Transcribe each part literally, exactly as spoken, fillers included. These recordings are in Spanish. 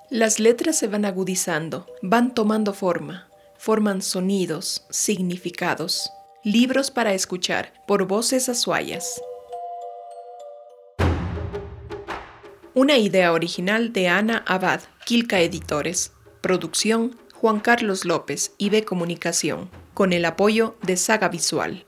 Las letras se van agudizando, van tomando forma, forman sonidos, significados. Libros para escuchar, por Voces Azuayas. Una idea original de Ana Abad, Quilca Editores. Producción, Juan Carlos López, I B Comunicación, con el apoyo de Saga Visual.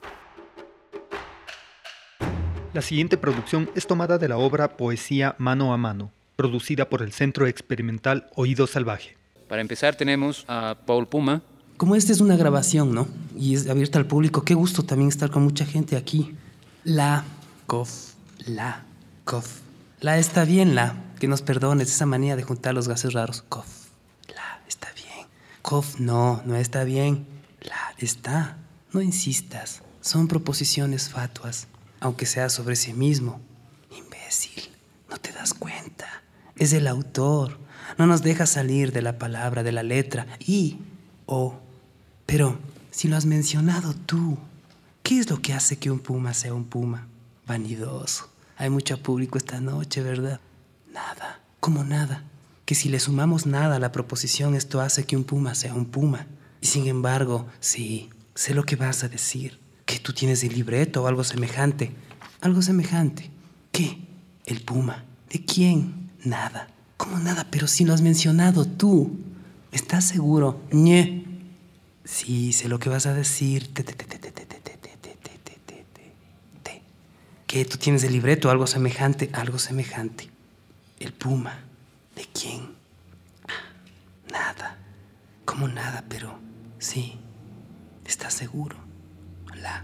La siguiente producción es tomada de la obra Poesía Mano a Mano, producida por el Centro Experimental Oído Salvaje. Para empezar tenemos a Paul Puma. Como esta es una grabación, ¿no? Y es abierta al público, qué gusto también estar con mucha gente aquí. La, cof, la, cof. La está bien, la, que nos perdones, esa manía de juntar los gases raros. Cof, la, está bien. Cof, no, no está bien. La, está. No insistas, son proposiciones fatuas, aunque sea sobre sí mismo. Imbécil, no te das cuenta. Es el autor. No nos deja salir de la palabra, de la letra. Y, o. Pero, si lo has mencionado tú, ¿qué es lo que hace que un puma sea un puma? Vanidoso. Hay mucho público esta noche, ¿verdad? Nada. ¿Cómo nada? Que si le sumamos nada a la proposición, esto hace que un puma sea un puma. Y sin embargo, sí, sé lo que vas a decir. Que tú tienes el libreto o algo semejante. Algo semejante. ¿Qué? El puma. ¿De quién? Nada. ¿Cómo nada? Pero si lo has mencionado tú. ¿Estás seguro? Ñe. Sí, sé lo que vas a decir. Te, te, te, te, te, te, te, te, te, te, te, te. ¿Qué? ¿Tú tienes el libreto? Algo semejante. Algo semejante. El puma. ¿De quién? Nada. ¿Cómo nada? Pero sí. ¿Estás seguro? La.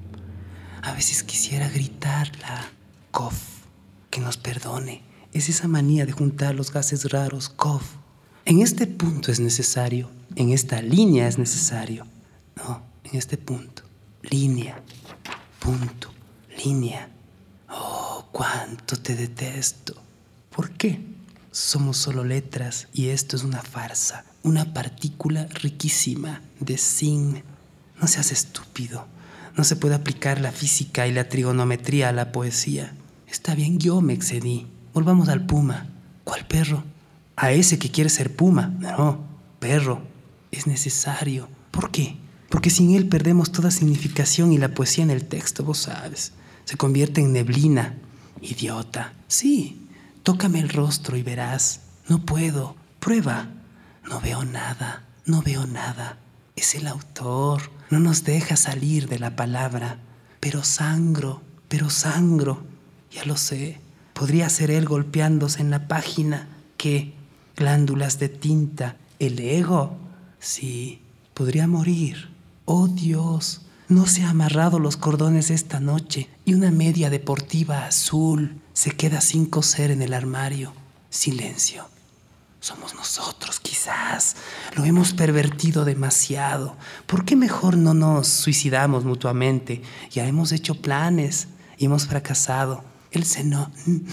A veces quisiera gritarla. Cof. Que nos perdone. Es esa manía de juntar los gases raros. Cof. En este punto es necesario. En esta línea es necesario. No, en este punto. Línea. Punto. Línea. Oh, cuánto te detesto. ¿Por qué? Somos solo letras y esto es una farsa. Una partícula riquísima de sin. No seas estúpido. No se puede aplicar la física y la trigonometría a la poesía. Está bien, yo me excedí. Volvamos al puma. ¿Cuál perro? A ese que quiere ser puma. No, perro. Es necesario. ¿Por qué? Porque sin él perdemos toda significación y la poesía en el texto, vos sabes. Se convierte en neblina. Idiota. Sí, tócame el rostro y verás. No puedo. Prueba. No veo nada. No veo nada. Es el autor. No nos deja salir de la palabra. Pero sangro. Pero sangro. Ya lo sé. Podría ser él golpeándose en la página. ¿Qué? Glándulas de tinta. ¿El ego? Sí, podría morir. Oh Dios, no se ha amarrado los cordones esta noche y una media deportiva azul se queda sin coser en el armario. Silencio. Somos nosotros, quizás. Lo hemos pervertido demasiado. ¿Por qué mejor no nos suicidamos mutuamente? Ya hemos hecho planes y hemos fracasado. El seno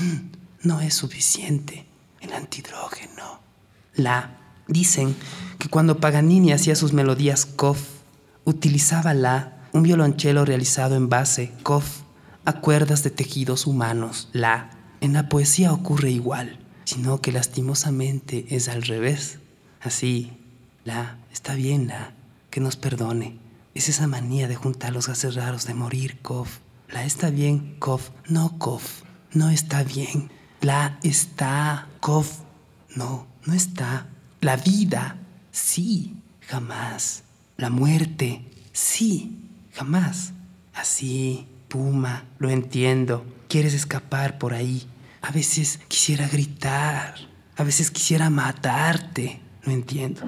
no es suficiente. El antidrógeno. La. Dicen que cuando Paganini hacía sus melodías cof, utilizaba la, un violonchelo realizado en base cof, a cuerdas de tejidos humanos. La. En la poesía ocurre igual, sino que lastimosamente es al revés. Así, la. Está bien, la. Que nos perdone. Es esa manía de juntar los gases raros, de morir, cof. La está bien, cof. No, cof. No está bien. La está, cof. No, no está. La vida, sí, jamás. La muerte, sí, jamás. Así, puma, lo entiendo. Quieres escapar por ahí. A veces quisiera gritar. A veces quisiera matarte. Lo entiendo.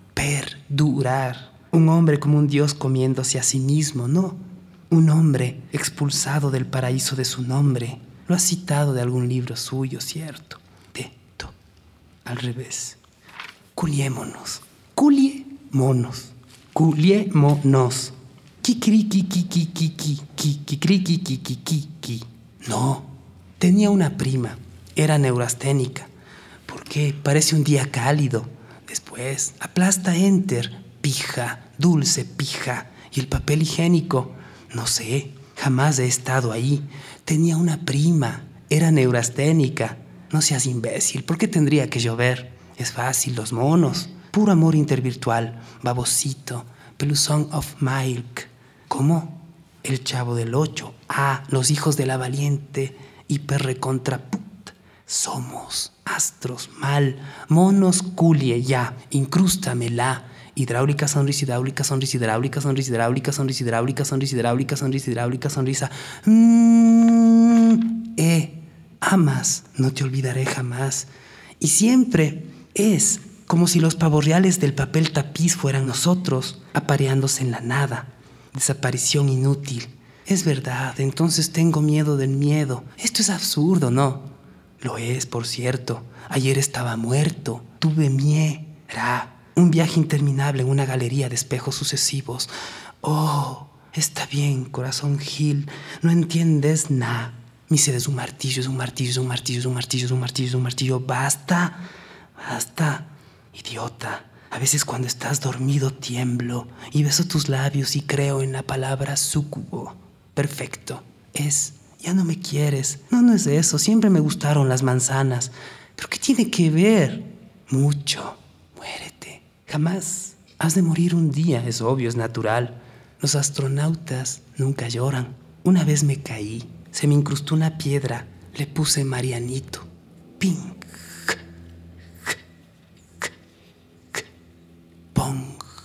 Perdurar. Un hombre como un dios comiéndose a sí mismo, ¿no? Un hombre expulsado del paraíso de su nombre. Lo has citado de algún libro suyo, ¿cierto? Teto. Al revés. Culiémonos. Culiémonos. Culiémonos. Kikri, kiki, kiki, kiki, kikri, kiki, kiki, kiki. No. Tenía una prima. Era neurasténica. ¿Por qué? Parece un día cálido. Después, aplasta enter. Pija, dulce pija. Y el papel higiénico. No sé. Jamás he estado ahí. Tenía una prima. Era neurasténica. No seas imbécil. ¿Por qué tendría que llover? Es fácil, los monos. Puro amor intervirtual. Babosito. Peluzón of Milk. ¿Cómo? El Chavo del Ocho. Ah, los hijos de la valiente. Hiper recontra put. Somos astros mal. Monos culie ya. Incrústamela. Hidráulica, sonrisa, hidráulica, sonrisa, hidráulica, sonrisa, hidráulica, sonrisa, hidráulica, sonrisa, hidráulica, sonrisa, hidráulica, sonrisa. Mm, eh, amas, no te olvidaré jamás. Y siempre es como si los pavorreales del papel tapiz fueran nosotros, apareándose en la nada. Desaparición inútil. Es verdad, entonces tengo miedo del miedo. Esto es absurdo, ¿no? Lo es, por cierto. Ayer estaba muerto. Tuve miedo. Un viaje interminable en una galería de espejos sucesivos. Oh, está bien, corazón Gil. No entiendes nada. Mi sed es un martillo, es un martillo, es un martillo, es un martillo, es un martillo, es un martillo. Basta, basta, idiota. A veces cuando estás dormido tiemblo y beso tus labios y creo en la palabra súcubo. Perfecto. Es, ya no me quieres. No, no es eso. Siempre me gustaron las manzanas. ¿Pero qué tiene que ver? Mucho. Muérete. Jamás. Has de morir un día, es obvio, es natural. Los astronautas nunca lloran. Una vez me caí, se me incrustó una piedra, le puse Marianito. Ping. Pong.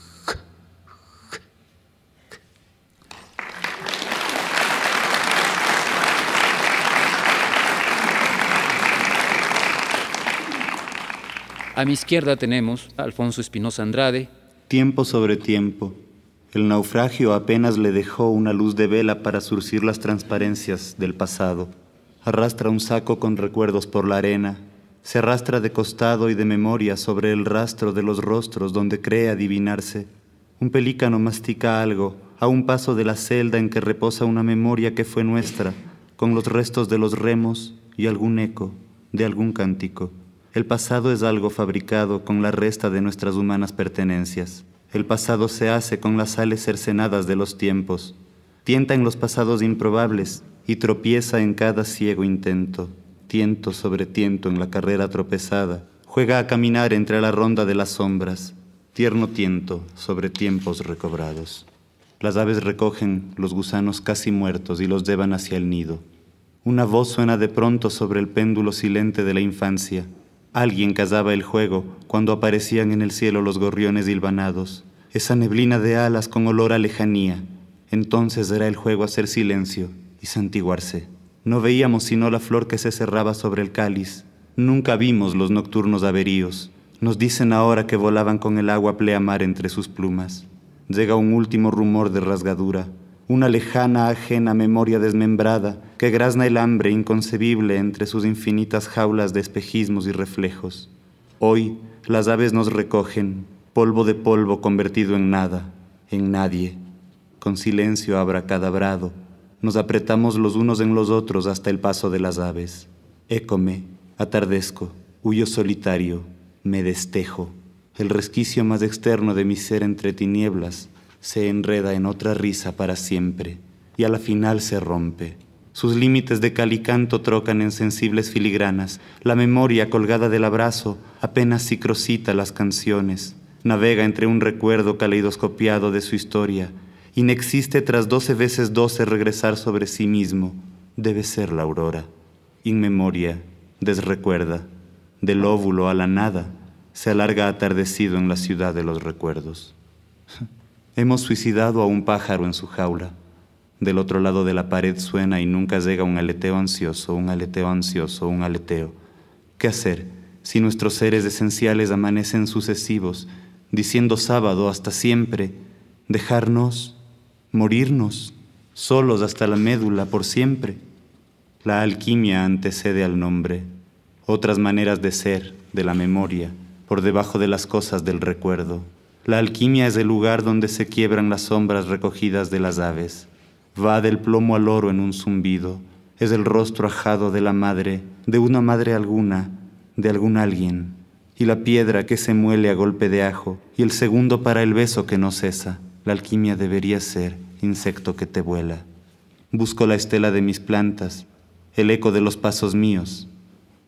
A mi izquierda tenemos a Alfonso Espinosa Andrade. Tiempo sobre tiempo. El naufragio apenas le dejó una luz de vela para surcir las transparencias del pasado. Arrastra un saco con recuerdos por la arena. Se arrastra de costado y de memoria sobre el rastro de los rostros donde cree adivinarse. Un pelícano mastica algo a un paso de la celda en que reposa una memoria que fue nuestra, con los restos de los remos y algún eco de algún cántico. El pasado es algo fabricado con la resta de nuestras humanas pertenencias. El pasado se hace con las sales cercenadas de los tiempos. Tienta en los pasados improbables y tropieza en cada ciego intento. Tiento sobre tiento en la carrera tropezada. Juega a caminar entre la ronda de las sombras. Tierno tiento sobre tiempos recobrados. Las aves recogen los gusanos casi muertos y los llevan hacia el nido. Una voz suena de pronto sobre el péndulo silente de la infancia. Alguien cazaba el juego cuando aparecían en el cielo los gorriones hilvanados. Esa neblina de alas con olor a lejanía. Entonces era el juego hacer silencio y santiguarse. No veíamos sino la flor que se cerraba sobre el cáliz. Nunca vimos los nocturnos averíos. Nos dicen ahora que volaban con el agua pleamar entre sus plumas. Llega un último rumor de rasgadura. Una lejana, ajena memoria desmembrada que grazna el hambre inconcebible entre sus infinitas jaulas de espejismos y reflejos. Hoy las aves nos recogen, polvo de polvo convertido en nada, en nadie. Con silencio abracadabrado, nos apretamos los unos en los otros hasta el paso de las aves. Écome, atardezco, huyo solitario, me destejo. El resquicio más externo de mi ser entre tinieblas se enreda en otra risa para siempre, y a la final se rompe. Sus límites de cal y canto trocan en sensibles filigranas. La memoria colgada del abrazo apenas sicrocita las canciones. Navega entre un recuerdo caleidoscopiado de su historia. Inexiste tras doce veces doce regresar sobre sí mismo. Debe ser la aurora. Inmemoria, desrecuerda. Del óvulo a la nada, se alarga atardecido en la ciudad de los recuerdos. Hemos suicidado a un pájaro en su jaula. Del otro lado de la pared suena y nunca llega un aleteo ansioso, un aleteo ansioso, un aleteo. ¿Qué hacer si nuestros seres esenciales amanecen sucesivos, diciendo sábado hasta siempre, dejarnos, morirnos, solos hasta la médula por siempre? La alquimia antecede al nombre. Otras maneras de ser, de la memoria, por debajo de las cosas del recuerdo. La alquimia es el lugar donde se quiebran las sombras recogidas de las aves. Va del plomo al oro en un zumbido. Es el rostro ajado de la madre, de una madre alguna, de algún alguien. Y la piedra que se muele a golpe de ajo, y el segundo para el beso que no cesa. La alquimia debería ser insecto que te vuela. Busco la estela de mis plantas, el eco de los pasos míos,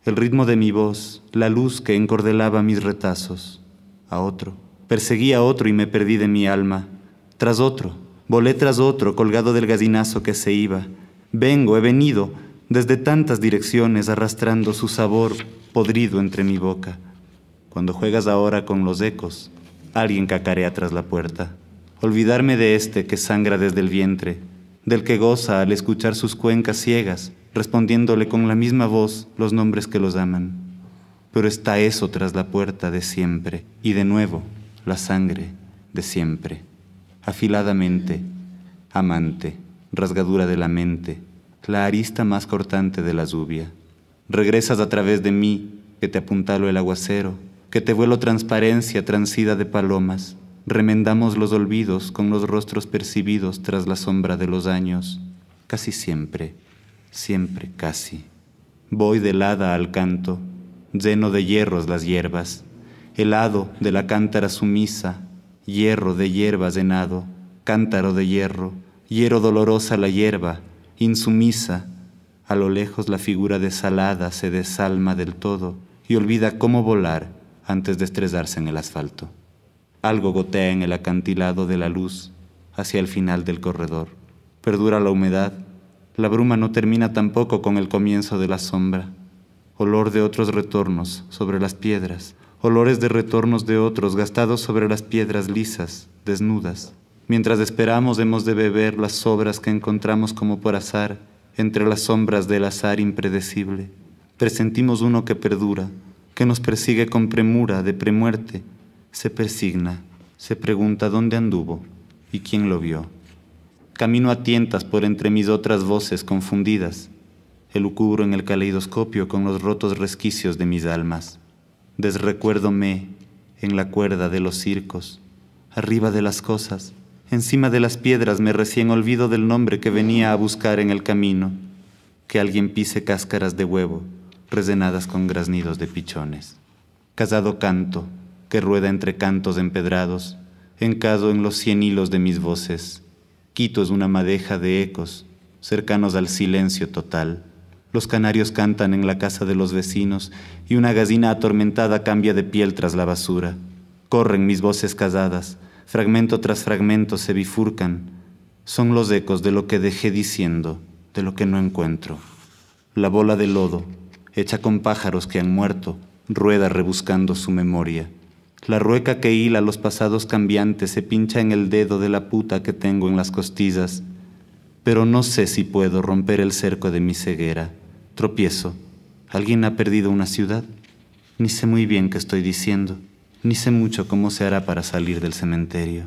el ritmo de mi voz, la luz que encordelaba mis retazos. A otro, perseguí a otro y me perdí de mi alma. Tras otro, volé tras otro, colgado del gallinazo que se iba. Vengo, he venido, desde tantas direcciones, arrastrando su sabor podrido entre mi boca. Cuando juegas ahora con los ecos, alguien cacarea tras la puerta. Olvidarme de este que sangra desde el vientre, del que goza al escuchar sus cuencas ciegas, respondiéndole con la misma voz los nombres que los aman. Pero está eso tras la puerta de siempre, y de nuevo la sangre de siempre. Afiladamente, amante, rasgadura de la mente, la arista más cortante de la lluvia. Regresas a través de mí, que te apuntalo el aguacero, que te vuelo transparencia transida de palomas. Remendamos los olvidos con los rostros percibidos tras la sombra de los años. Casi siempre, siempre casi. Voy del hada al canto, lleno de hierros las hierbas, helado de la cántara sumisa, hierro de hierbas llenado, cántaro de hierro, hiero dolorosa la hierba, insumisa. A lo lejos la figura desalada se desalma del todo y olvida cómo volar antes de estrellarse en el asfalto. Algo gotea en el acantilado de la luz hacia el final del corredor. Perdura la humedad. La bruma no termina tampoco con el comienzo de la sombra. Olor de otros retornos sobre las piedras. Olores de retornos de otros gastados sobre las piedras lisas, desnudas. Mientras esperamos hemos de beber las sobras que encontramos como por azar entre las sombras del azar impredecible. Presentimos uno que perdura, que nos persigue con premura de premuerte. Se persigna, se pregunta dónde anduvo y quién lo vio. Camino a tientas por entre mis otras voces confundidas, elucubro en el caleidoscopio con los rotos resquicios de mis almas. Desrecuérdome en la cuerda de los circos, arriba de las cosas, encima de las piedras me recién olvido del nombre que venía a buscar en el camino, que alguien pise cáscaras de huevo, rellenadas con graznidos de pichones. Casado canto, que rueda entre cantos empedrados, encado en los cien hilos de mis voces. Quito es una madeja de ecos, cercanos al silencio total. Los canarios cantan en la casa de los vecinos y una gallina atormentada cambia de piel tras la basura. Corren mis voces casadas, fragmento tras fragmento se bifurcan. Son los ecos de lo que dejé diciendo, de lo que no encuentro. La bola de lodo, hecha con pájaros que han muerto, rueda rebuscando su memoria. La rueca que hila los pasados cambiantes se pincha en el dedo de la puta que tengo en las costillas. Pero no sé si puedo romper el cerco de mi ceguera. Tropiezo. ¿Alguien ha perdido una ciudad? Ni sé muy bien qué estoy diciendo, ni sé mucho cómo se hará para salir del cementerio.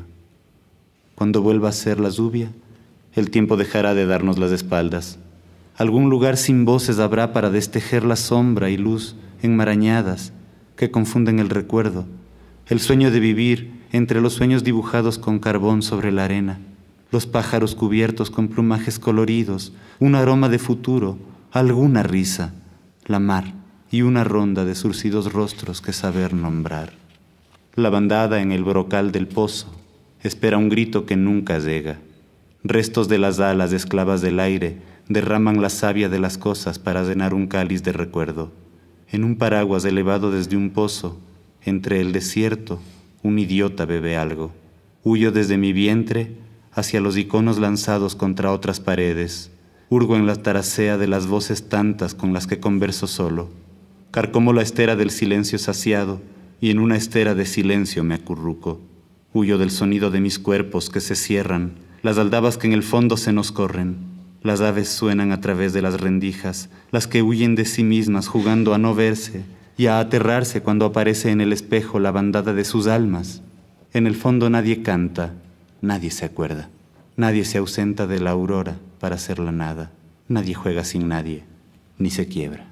Cuando vuelva a ser la lluvia, el tiempo dejará de darnos las espaldas. Algún lugar sin voces habrá para destejer la sombra y luz enmarañadas que confunden el recuerdo, el sueño de vivir entre los sueños dibujados con carbón sobre la arena, los pájaros cubiertos con plumajes coloridos, un aroma de futuro, alguna risa, la mar y una ronda de surcidos rostros que saber nombrar. La bandada en el brocal del pozo espera un grito que nunca llega. Restos de las alas esclavas del aire derraman la savia de las cosas para llenar un cáliz de recuerdo. En un paraguas elevado desde un pozo, entre el desierto, un idiota bebe algo. Huyo desde mi vientre hacia los iconos lanzados contra otras paredes. Hurgo en la taracea de las voces tantas con las que converso solo. Carcomo la estera del silencio saciado y en una estera de silencio me acurruco. Huyo del sonido de mis cuerpos que se cierran, las aldabas que en el fondo se nos corren. Las aves suenan a través de las rendijas, las que huyen de sí mismas jugando a no verse y a aterrarse cuando aparece en el espejo la bandada de sus almas. En el fondo nadie canta, nadie se acuerda, nadie se ausenta de la aurora para hacer la nada, nadie juega sin nadie, ni se quiebra.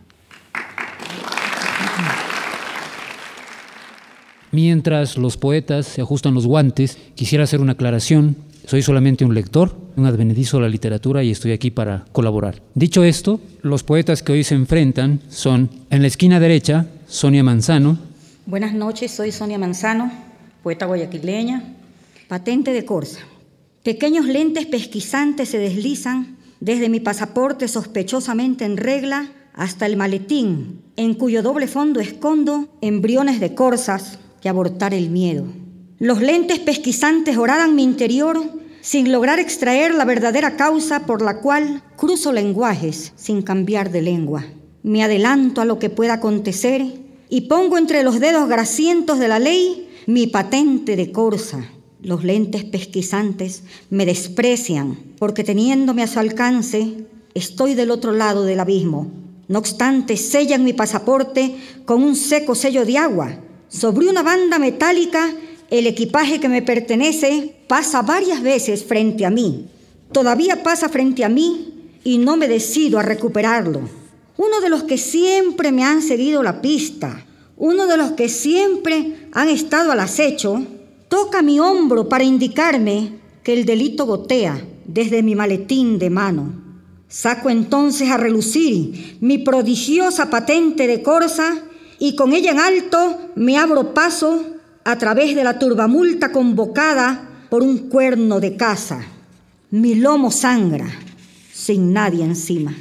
Mientras los poetas se ajustan los guantes, quisiera hacer una aclaración. Soy solamente un lector, un advenedizo de la literatura y estoy aquí para colaborar. Dicho esto, los poetas que hoy se enfrentan son, en la esquina derecha, Sonia Manzano. Buenas noches, soy Sonia Manzano, poeta guayaquileña. Patente de Corsa. Pequeños lentes pesquisantes se deslizan desde mi pasaporte sospechosamente en regla hasta el maletín en cuyo doble fondo escondo embriones de corzas que abortar el miedo. Los lentes pesquisantes horadan mi interior sin lograr extraer la verdadera causa por la cual cruzo lenguajes sin cambiar de lengua. Me adelanto a lo que pueda acontecer y pongo entre los dedos grasientos de la ley mi patente de corsa. Los lentes pesquisantes me desprecian porque teniéndome a su alcance estoy del otro lado del abismo. No obstante, sellan mi pasaporte con un seco sello de agua. Sobre una banda metálica, el equipaje que me pertenece pasa varias veces frente a mí. Todavía pasa frente a mí y no me decido a recuperarlo. Uno de los que siempre me han seguido la pista, uno de los que siempre han estado al acecho, toca mi hombro para indicarme que el delito gotea desde mi maletín de mano. Saco entonces a relucir mi prodigiosa patente de corsa y con ella en alto me abro paso a través de la turbamulta convocada por un cuerno de caza. Mi lomo sangra, sin nadie encima.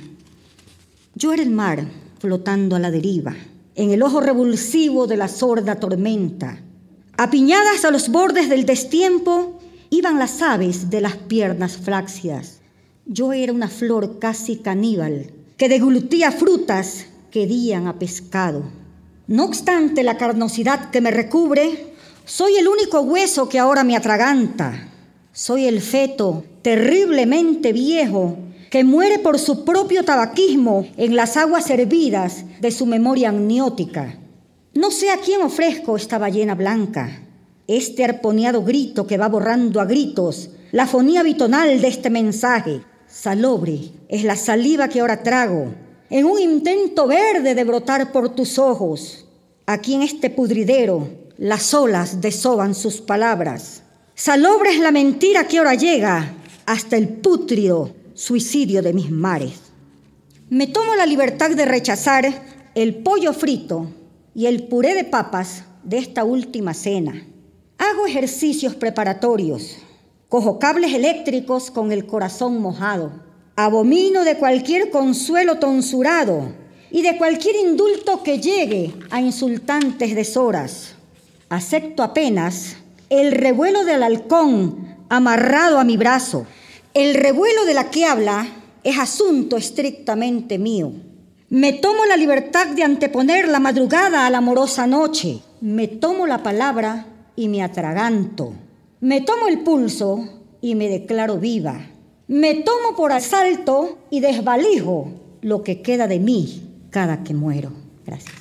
Yo era el mar flotando a la deriva, en el ojo revulsivo de la sorda tormenta. Apiñadas a los bordes del destiempo, iban las aves de las piernas flácidas. Yo era una flor casi caníbal, que deglutía frutas que dían a pescado. No obstante la carnosidad que me recubre, soy el único hueso que ahora me atraganta. Soy el feto terriblemente viejo que muere por su propio tabaquismo en las aguas hervidas de su memoria amniótica. No sé a quién ofrezco esta ballena blanca, este arponeado grito que va borrando a gritos la fonía bitonal de este mensaje. Salobre es la saliva que ahora trago, en un intento verde de brotar por tus ojos. Aquí en este pudridero las olas desoban sus palabras. Salobre es la mentira que ahora llega hasta el pútrido suicidio de mis mares. Me tomo la libertad de rechazar el pollo frito y el puré de papas de esta última cena. Hago ejercicios preparatorios, cojo cables eléctricos con el corazón mojado. Abomino de cualquier consuelo tonsurado y de cualquier indulto que llegue a insultantes deshoras. Acepto apenas el revuelo del halcón amarrado a mi brazo. El revuelo de la que habla es asunto estrictamente mío. Me tomo la libertad de anteponer la madrugada a la amorosa noche. Me tomo la palabra y me atraganto. Me tomo el pulso y me declaro viva. Me tomo por asalto y desvalijo lo que queda de mí cada que muero. Gracias.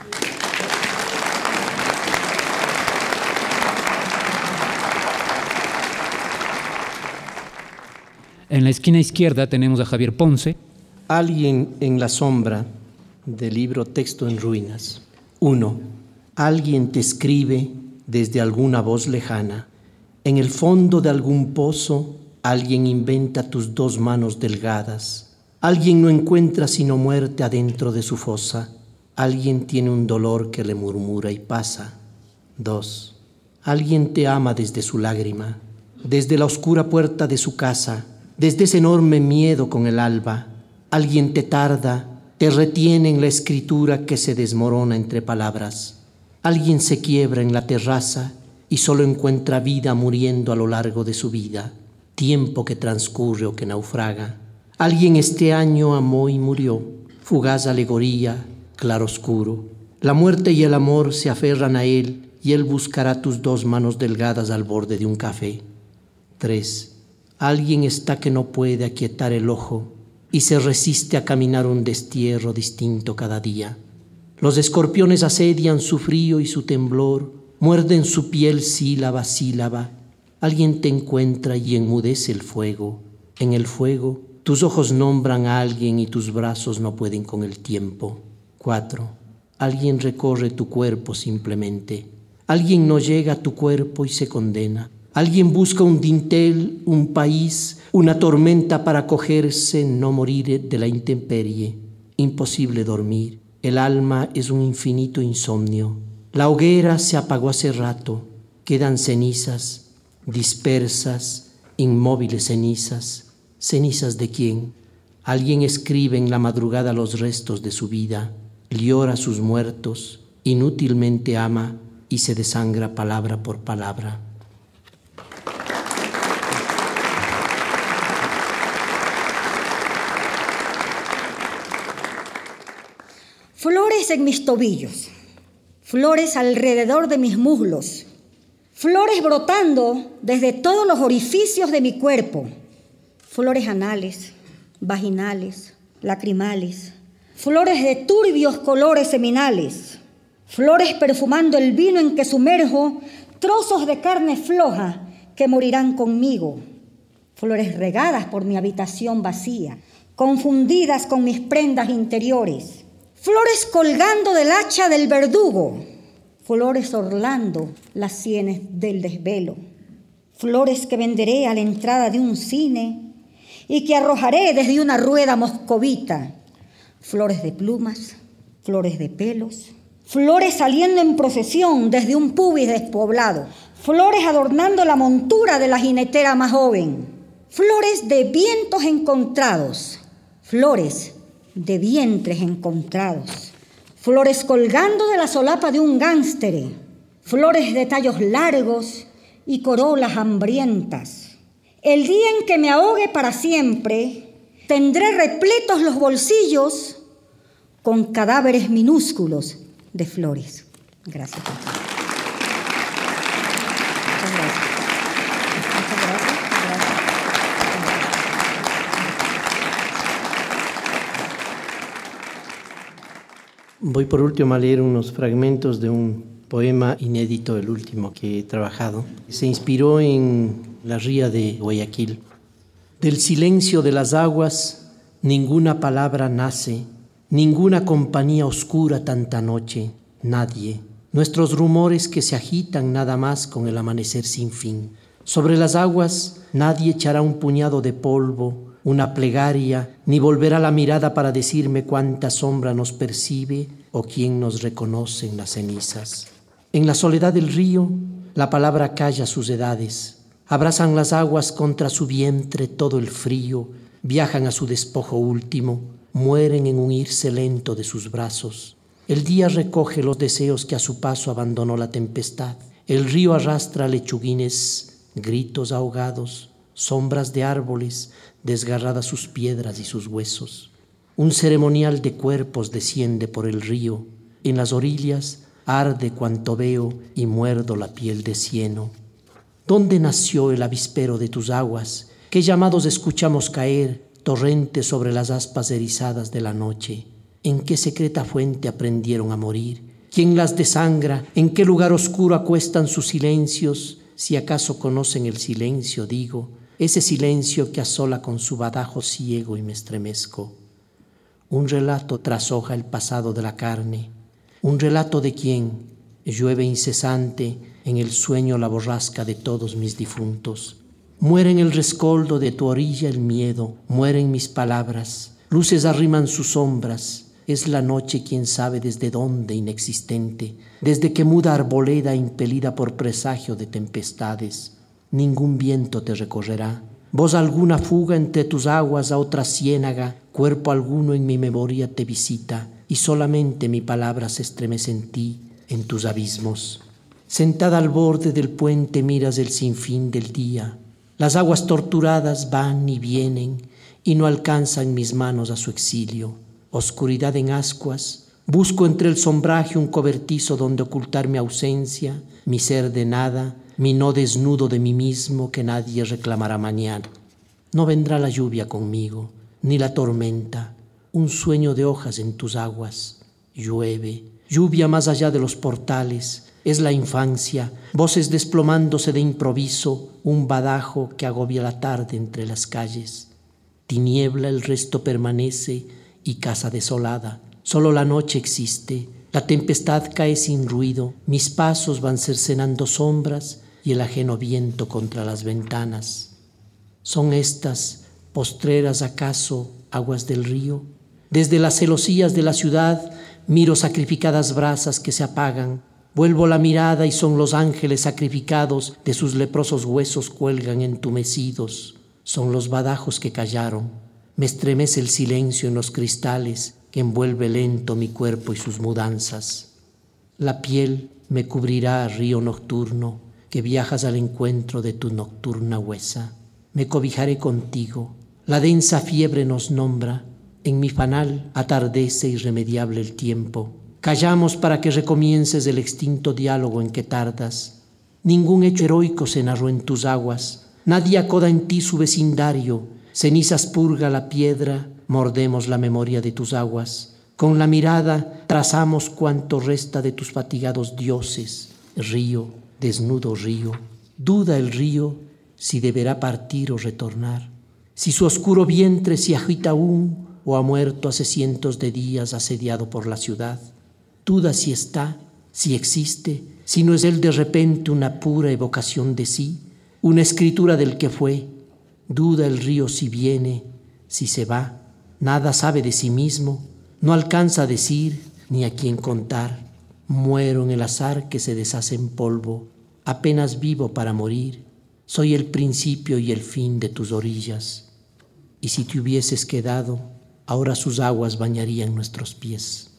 En la esquina izquierda tenemos a Javier Ponce. Alguien en la sombra, del libro Texto en Ruinas. Uno. Alguien te escribe desde alguna voz lejana. En el fondo de algún pozo, alguien inventa tus dos manos delgadas. Alguien no encuentra sino muerte adentro de su fosa. Alguien tiene un dolor que le murmura y pasa. Dos. Alguien te ama desde su lágrima, desde la oscura puerta de su casa, desde ese enorme miedo con el alba. Alguien te tarda, te retiene en la escritura que se desmorona entre palabras. Alguien se quiebra en la terraza y solo encuentra vida muriendo a lo largo de su vida, tiempo que transcurre o que naufraga. Alguien este año amó y murió, fugaz alegoría, claroscuro. La muerte y el amor se aferran a él y él buscará tus dos manos delgadas al borde de un café. Tres. Alguien está que no puede aquietar el ojo y se resiste a caminar un destierro distinto cada día. Los escorpiones asedian su frío y su temblor, muerden su piel sílaba a sílaba. Alguien te encuentra y enmudece el fuego. En el fuego, tus ojos nombran a alguien y tus brazos no pueden con el tiempo. Cuatro. Alguien recorre tu cuerpo simplemente. Alguien no llega a tu cuerpo y se condena. Alguien busca un dintel, un país, una tormenta para acogerse, no morir de la intemperie. Imposible dormir. El alma es un infinito insomnio. La hoguera se apagó hace rato. Quedan cenizas, dispersas, inmóviles cenizas. ¿Cenizas de quién? Alguien escribe en la madrugada los restos de su vida. llora a sus muertos, inútilmente ama y se desangra palabra por palabra. Flores en mis tobillos, flores alrededor de mis muslos, flores brotando desde todos los orificios de mi cuerpo, flores anales, vaginales, lacrimales, flores de turbios colores seminales, flores perfumando el vino en que sumerjo trozos de carne floja que morirán conmigo, flores regadas por mi habitación vacía, confundidas con mis prendas interiores, flores colgando del hacha del verdugo, flores orlando las sienes del desvelo, flores que venderé a la entrada de un cine y que arrojaré desde una rueda moscovita, flores de plumas, flores de pelos, flores saliendo en procesión desde un pubis despoblado, flores adornando la montura de la jinetera más joven, flores de vientos encontrados, flores de vientres encontrados, flores colgando de la solapa de un gánster, flores de tallos largos y corolas hambrientas. El día en que me ahogue para siempre, tendré repletos los bolsillos con cadáveres minúsculos de flores. Gracias. Muchas gracias. Muchas gracias. Voy por último a leer unos fragmentos de un poema inédito, el último que he trabajado. Se inspiró en la ría de Guayaquil. Del silencio de las aguas ninguna palabra nace, ninguna compañía oscura tanta noche, nadie. Nuestros rumores que se agitan nada más con el amanecer sin fin. Sobre las aguas nadie echará un puñado de polvo, una plegaria, ni volverá la mirada para decirme cuánta sombra nos percibe o quién nos reconoce en las cenizas. En la soledad del río, la palabra calla sus edades. Abrazan las aguas contra su vientre todo el frío, viajan a su despojo último, mueren en un irse lento de sus brazos. El día recoge los deseos que a su paso abandonó la tempestad. El río arrastra lechuguines, gritos ahogados, sombras de árboles, desgarradas sus piedras y sus huesos. Un ceremonial de cuerpos desciende por el río. En las orillas arde cuanto veo y muerdo la piel de cieno. ¿Dónde nació el avispero de tus aguas? ¿Qué llamados escuchamos caer, torrentes sobre las aspas erizadas de la noche? ¿En qué secreta fuente aprendieron a morir? ¿Quién las desangra? ¿En qué lugar oscuro acuestan sus silencios? Si acaso conocen el silencio, digo, ese silencio que asola con su badajo ciego y me estremezco. Un relato trashoja el pasado de la carne, un relato de quien llueve incesante en el sueño la borrasca de todos mis difuntos. Muere en el rescoldo de tu orilla el miedo, mueren mis palabras, luces arriman sus sombras, es la noche quien sabe desde dónde inexistente, desde que muda arboleda impelida por presagio de tempestades. Ningún viento te recorrerá, voz alguna fuga entre tus aguas a otra ciénaga, cuerpo alguno en mi memoria te visita, y solamente mi palabra se estremece en ti, en tus abismos. Sentada al borde del puente miras el sinfín del día, las aguas torturadas van y vienen, y no alcanzan mis manos a su exilio. Oscuridad en ascuas, busco entre el sombraje un cobertizo donde ocultar mi ausencia, mi ser de nada, mi no desnudo de mí mismo que nadie reclamará mañana. No vendrá la lluvia conmigo, ni la tormenta, un sueño de hojas en tus aguas. Llueve, lluvia más allá de los portales, es la infancia, voces desplomándose de improviso, un badajo que agobia la tarde entre las calles. Tiniebla el resto permanece y casa desolada, solo la noche existe, la tempestad cae sin ruido, mis pasos van cercenando sombras y el ajeno viento contra las ventanas. ¿Son estas, postreras acaso, aguas del río? Desde las celosías de la ciudad miro sacrificadas brasas que se apagan, vuelvo la mirada y son los ángeles sacrificados, de sus leprosos huesos cuelgan entumecidos, son los badajos que callaron. Me estremece el silencio en los cristales, que envuelve lento mi cuerpo y sus mudanzas. La piel me cubrirá, río nocturno, que viajas al encuentro de tu nocturna huesa. Me cobijaré contigo, la densa fiebre nos nombra, en mi fanal atardece irremediable el tiempo. Callamos para que recomiences el extinto diálogo en que tardas. Ningún hecho heroico se narró en tus aguas, nadie acoda en ti su vecindario, cenizas purga la piedra, mordemos la memoria de tus aguas. Con la mirada trazamos cuanto resta de tus fatigados dioses. Río, desnudo río, duda el río si deberá partir o retornar. Si su oscuro vientre se agita aún o ha muerto hace cientos de días asediado por la ciudad. Duda si está, si existe, si no es él de repente una pura evocación de sí, una escritura del que fue. Duda el río si viene, si se va. Nada sabe de sí mismo, no alcanza a decir ni a quién contar. Muero en el azar que se deshace en polvo, apenas vivo para morir. Soy el principio y el fin de tus orillas. Y si te hubieses quedado, ahora sus aguas bañarían nuestros pies.